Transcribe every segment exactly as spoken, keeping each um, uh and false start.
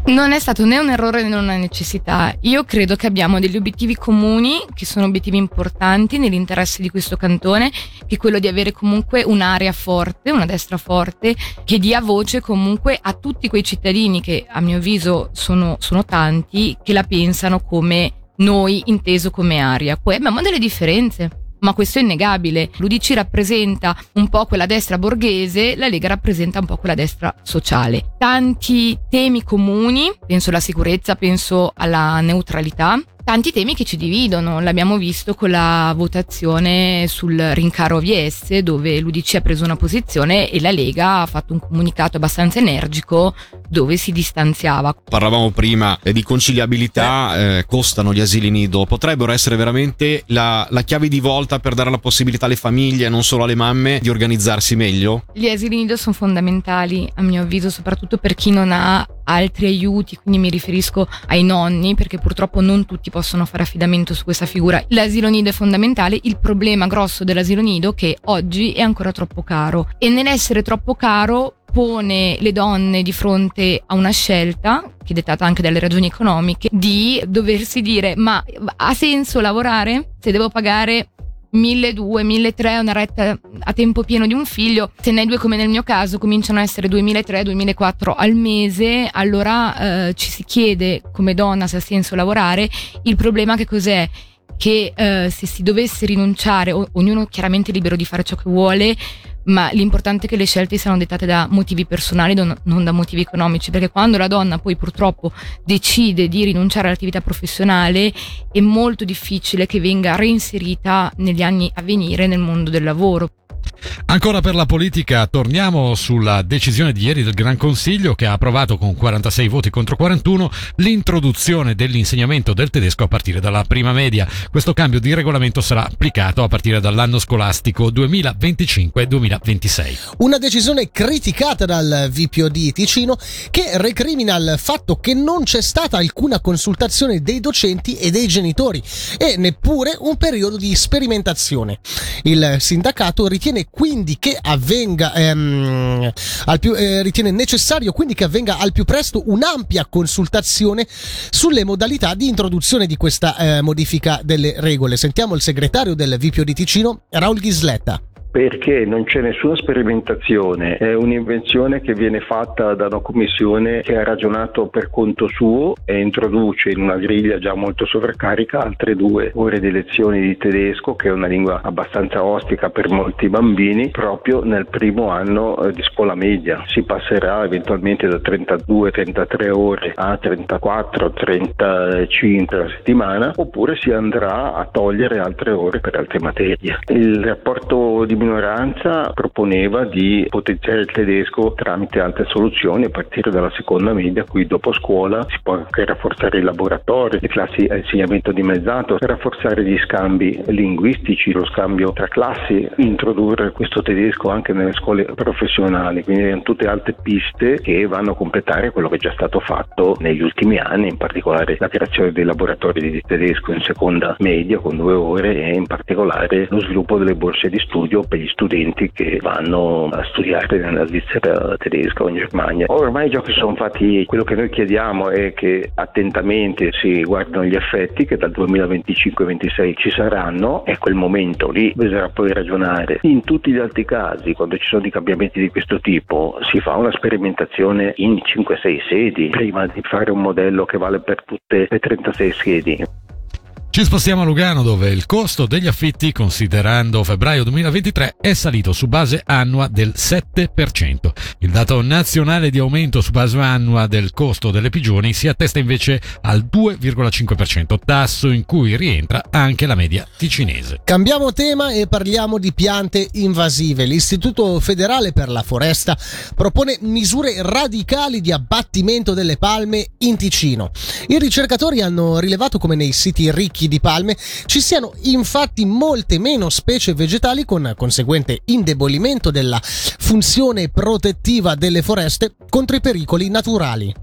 Non è stato né un errore né una necessità. Io credo che abbiamo degli obiettivi comuni, che sono obiettivi importanti nell'interesse di questo cantone, che è quello di avere comunque un'area forte, una destra forte, che dia voce comunque a tutti quei cittadini che a mio avviso sono, sono tanti, che la pensano come noi, inteso come area. Poi abbiamo delle differenze, ma questo è innegabile. L'U D C rappresenta un po' quella destra borghese, la Lega rappresenta un po' quella destra sociale. Tanti temi comuni, penso alla sicurezza, penso alla neutralità, tanti temi che ci dividono. L'abbiamo visto con la votazione sul rincaro O V S, dove l'U D C ha preso una posizione e la Lega ha fatto un comunicato abbastanza energico dove si distanziava. Parlavamo prima di conciliabilità, eh, costano gli asili nido, potrebbero essere veramente la, la chiave di volta per dare la possibilità alle famiglie, non solo alle mamme, di organizzarsi meglio? Gli asili nido sono fondamentali, a mio avviso, soprattutto per chi non ha altri aiuti, quindi mi riferisco ai nonni, perché purtroppo non tutti possono fare affidamento su questa figura. L'asilo nido è fondamentale. Il problema grosso dell'asilo nido è che oggi è ancora troppo caro, e nell'essere troppo caro pone le donne di fronte a una scelta, che è dettata anche dalle ragioni economiche, di doversi dire: ma ha senso lavorare se devo pagare milleduecento, milletrecento, una retta a tempo pieno di un figlio? Se ne hai due, come nel mio caso, cominciano a essere duemilatrecento, duemilaquattrocento al mese. Allora eh, ci si chiede come donna se ha senso lavorare. Il problema che cos'è? Che eh, se si dovesse rinunciare, o, ognuno chiaramente è libero di fare ciò che vuole, ma l'importante è che le scelte siano dettate da motivi personali, non da motivi economici, perché quando la donna poi purtroppo decide di rinunciare all'attività professionale è molto difficile che venga reinserita negli anni a venire nel mondo del lavoro. Ancora per la politica, torniamo sulla decisione di ieri del Gran Consiglio, che ha approvato con quarantasei voti contro quarantuno l'introduzione dell'insegnamento del tedesco a partire dalla prima media. Questo cambio di regolamento sarà applicato a partire dall'anno scolastico duemilaventicinque duemilaventisei. Una decisione criticata dal V P O D Ticino, che recrimina il fatto che non c'è stata alcuna consultazione dei docenti e dei genitori e neppure un periodo di sperimentazione. Il sindacato ritiene quindi che avvenga ehm, al più, eh, ritiene necessario quindi che avvenga al più presto un'ampia consultazione sulle modalità di introduzione di questa eh, modifica delle regole. Sentiamo il segretario del V P O D Ticino, Raul Ghisletta. Perché non c'è nessuna sperimentazione, è un'invenzione che viene fatta da una commissione che ha ragionato per conto suo e introduce in una griglia già molto sovraccarica altre due ore di lezioni di tedesco, che è una lingua abbastanza ostica per molti bambini, proprio nel primo anno di scuola media. Si passerà eventualmente da trentadue trentatré ore a trentaquattro trentacinque la settimana, oppure si andrà a togliere altre ore per altre materie. Il rapporto di minoranza proponeva di potenziare il tedesco tramite altre soluzioni a partire dalla seconda media, qui dopo scuola si può anche rafforzare i laboratori, le classi a insegnamento dimezzato, rafforzare gli scambi linguistici, lo scambio tra classi, introdurre questo tedesco anche nelle scuole professionali, quindi sono tutte altre piste che vanno a completare quello che è già stato fatto negli ultimi anni, in particolare la creazione dei laboratori di tedesco in seconda media con due ore e in particolare lo sviluppo delle borse di studio per gli studenti che vanno a studiare nella Svizzera tedesca o in Germania. Ormai i giochi sono fatti, quello che noi chiediamo è che attentamente si guardino gli effetti che dal duemilaventicinque ventisei ci saranno, e quel momento lì bisognerà poi ragionare. In tutti gli altri casi, quando ci sono dei cambiamenti di questo tipo, si fa una sperimentazione in cinque sei sedi prima di fare un modello che vale per tutte le trentasei sedi. Ci spostiamo a Lugano, dove il costo degli affitti, considerando febbraio duemilaventitré, è salito su base annua del sette per cento. Il dato nazionale di aumento su base annua del costo delle pigioni si attesta invece al due virgola cinque per cento, tasso in cui rientra anche la media ticinese. Cambiamo tema e parliamo di piante invasive. L'Istituto Federale per la Foresta propone misure radicali di abbattimento delle palme in Ticino. I ricercatori hanno rilevato come nei siti ricchi di palme ci siano infatti molte meno specie vegetali, con conseguente indebolimento della funzione protettiva delle foreste contro i pericoli naturali.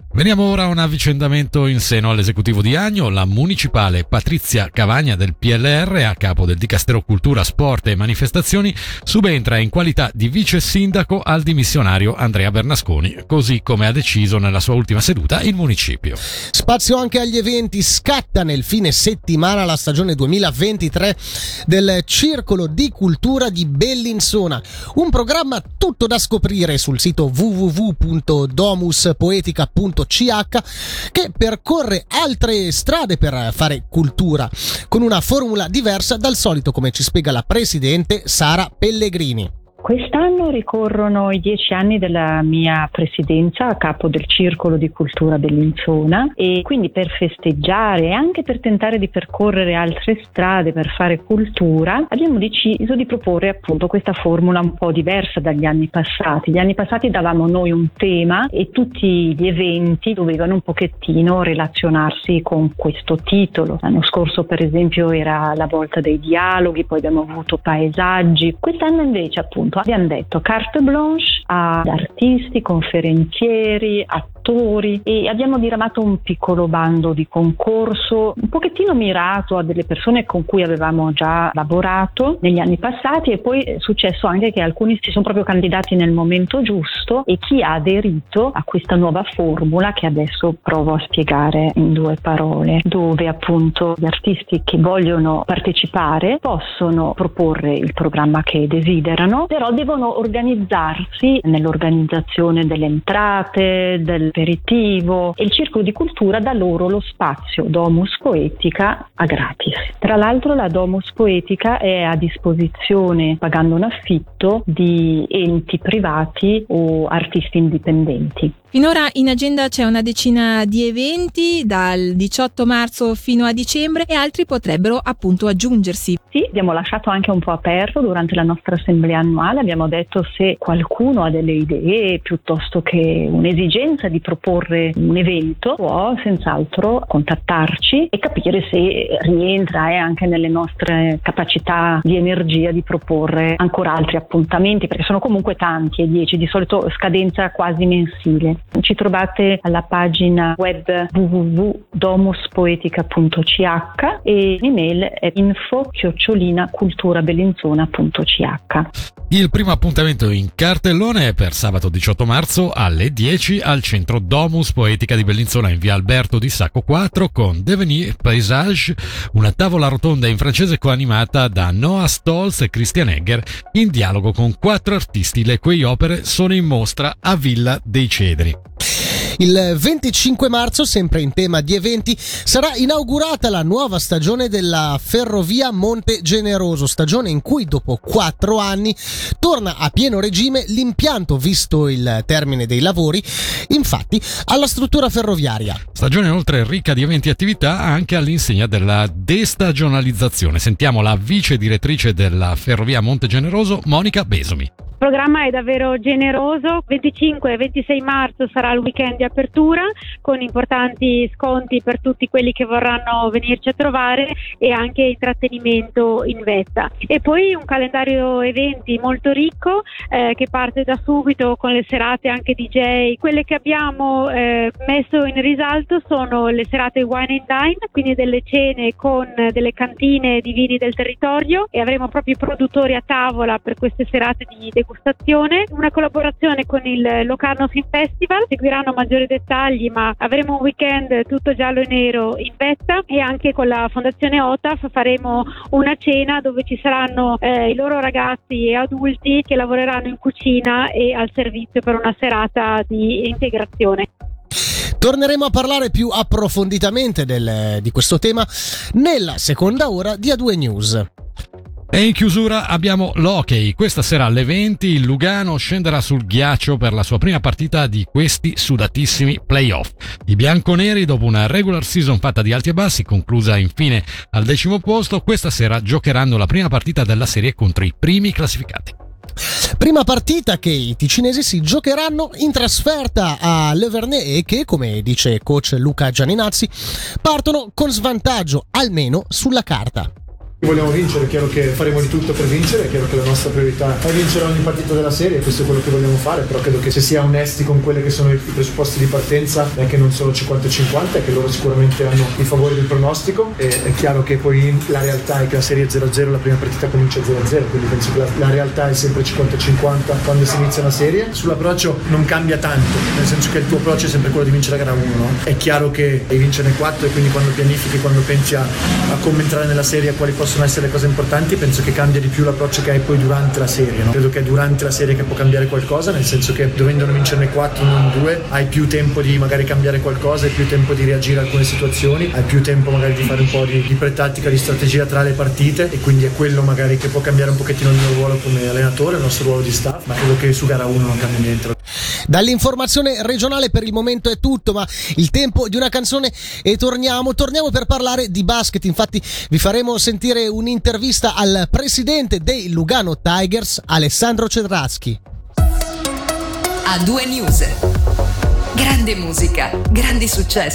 Veniamo ora a un avvicendamento in seno all'esecutivo di Agno. La municipale Patrizia Cavagna del P L R, a capo del Dicastero Cultura, Sport e Manifestazioni, subentra in qualità di vice sindaco al dimissionario Andrea Bernasconi, così come ha deciso nella sua ultima seduta il municipio. Spazio anche agli eventi. Scatta nel fine settimana la stagione duemilaventitré del Circolo di Cultura di Bellinzona, un programma tutto da scoprire sul sito w w w punto domus poetica punto c h, che percorre altre strade per fare cultura con una formula diversa dal solito, come ci spiega la presidente Sara Pellegrini. Quest'anno ricorrono i dieci anni della mia presidenza a capo del Circolo di Cultura Bellinzona, e quindi per festeggiare e anche per tentare di percorrere altre strade per fare cultura abbiamo deciso di proporre appunto questa formula un po' diversa dagli anni passati. Gli anni passati davamo noi un tema e tutti gli eventi dovevano un pochettino relazionarsi con questo titolo. L'anno scorso per esempio era la volta dei dialoghi, poi abbiamo avuto paesaggi. Quest'anno invece appunto abbiamo detto carte blanche ad artisti, conferenzieri, attori, e abbiamo diramato un piccolo bando di concorso un pochettino mirato a delle persone con cui avevamo già lavorato negli anni passati, e poi è successo anche che alcuni si sono proprio candidati nel momento giusto, e chi ha aderito a questa nuova formula che adesso provo a spiegare in due parole, dove appunto gli artisti che vogliono partecipare possono proporre il programma che desiderano, però devono organizzarsi nell'organizzazione delle entrate, dell'aperitivo, e il Circolo di Cultura dà loro lo spazio Domus Poetica a gratis. Tra l'altro la Domus Poetica è a disposizione, pagando un affitto, di enti privati o artisti indipendenti. Finora in agenda c'è una decina di eventi dal diciotto marzo fino a dicembre, e altri potrebbero appunto aggiungersi. Sì, abbiamo lasciato anche un po' aperto durante la nostra assemblea annuale. Abbiamo detto se qualcuno ha delle idee piuttosto che un'esigenza di proporre un evento, può senz'altro contattarci e capire se rientra eh, anche nelle nostre capacità di energia di proporre ancora altri appuntamenti, perché sono comunque tanti, e dieci di solito scadenza quasi mensile. Ci trovate alla pagina web w w w punto domus poetica punto c h e l'email è info chiocciolina culturabellinzona punto c h. Il primo appuntamento in cartellone è per sabato diciotto marzo alle dieci al centro Domus Poetica di Bellinzona in via Alberto di Sacco quattro, con Devenir Paysage, una tavola rotonda in francese coanimata da Noah Stolz e Christian Egger, in dialogo con quattro artisti le cui opere sono in mostra a Villa dei Cedri. Il venticinque marzo, sempre in tema di eventi, sarà inaugurata la nuova stagione della Ferrovia Monte Generoso, stagione in cui dopo quattro anni torna a pieno regime l'impianto, visto il termine dei lavori, infatti, alla struttura ferroviaria. Stagione inoltre ricca di eventi e attività anche all'insegna della destagionalizzazione. Sentiamo la vice direttrice della Ferrovia Monte Generoso, Monica Besomi. Il programma è davvero generoso. venticinque e ventisei marzo sarà il weekend di apertura con importanti sconti per tutti quelli che vorranno venirci a trovare, e anche intrattenimento in vetta. E poi un calendario eventi molto ricco eh, che parte da subito con le serate anche D J. Quelle che abbiamo eh, messo in risalto sono le serate Wine and Dine, quindi delle cene con delle cantine di vini del territorio, e avremo proprio i produttori a tavola per queste serate di degustazione. Una collaborazione con il Locarno Film Festival, seguiranno maggiori dettagli, ma avremo un weekend tutto giallo e nero in vetta, e anche con la Fondazione O T A F faremo una cena dove ci saranno eh, i loro ragazzi e adulti che lavoreranno in cucina e al servizio per una serata di integrazione. Torneremo a parlare più approfonditamente del, di questo tema nella seconda ora di A due News. E in chiusura abbiamo l'hockey. Questa sera alle venti il Lugano scenderà sul ghiaccio per la sua prima partita di questi sudatissimi playoff. I bianconeri, dopo una regular season fatta di alti e bassi, conclusa infine al decimo posto, questa sera giocheranno la prima partita della serie contro i primi classificati. Prima partita che i ticinesi si giocheranno in trasferta a Le Vernet, e che, come dice il coach Luca Gianinazzi, partono con svantaggio, almeno sulla carta. Vogliamo vincere, è chiaro che faremo di tutto per vincere, è chiaro che la nostra priorità è vincere ogni partita della serie, questo è quello che vogliamo fare, però credo che se si è onesti con quelli che sono i presupposti di partenza è che non sono cinquanta e cinquanta e che loro sicuramente hanno i favori del pronostico, e è chiaro che poi la realtà è che la serie è zero a zero, la prima partita comincia zero a zero, quindi penso che la, la realtà è sempre cinquanta e cinquanta quando si inizia una serie. Sull'approccio non cambia tanto, nel senso che il tuo approccio è sempre quello di vincere la gara uno, no? È chiaro che devi vincerne quattro e quindi quando pianifichi, quando pensi a, a come entrare nella serie, a quali possono essere le cose importanti, penso che cambia di più l'approccio che hai poi durante la serie, no? Credo che è durante la serie che può cambiare qualcosa, nel senso che dovendone vincerne quattro non due, hai più tempo di magari cambiare qualcosa, hai più tempo di reagire a alcune situazioni, hai più tempo magari di fare un po' di, di pre-tattica, di strategia tra le partite, e quindi è quello magari che può cambiare un pochettino il mio ruolo come allenatore, il nostro ruolo di staff, ma credo che su gara uno non cambia niente. Dall'informazione regionale per il momento è tutto, ma il tempo di una canzone e torniamo, torniamo per parlare di basket. Infatti vi faremo sentire un'intervista al presidente dei Lugano Tigers, Alessandro Cedraschi. A due News. Grande musica, grandi successi.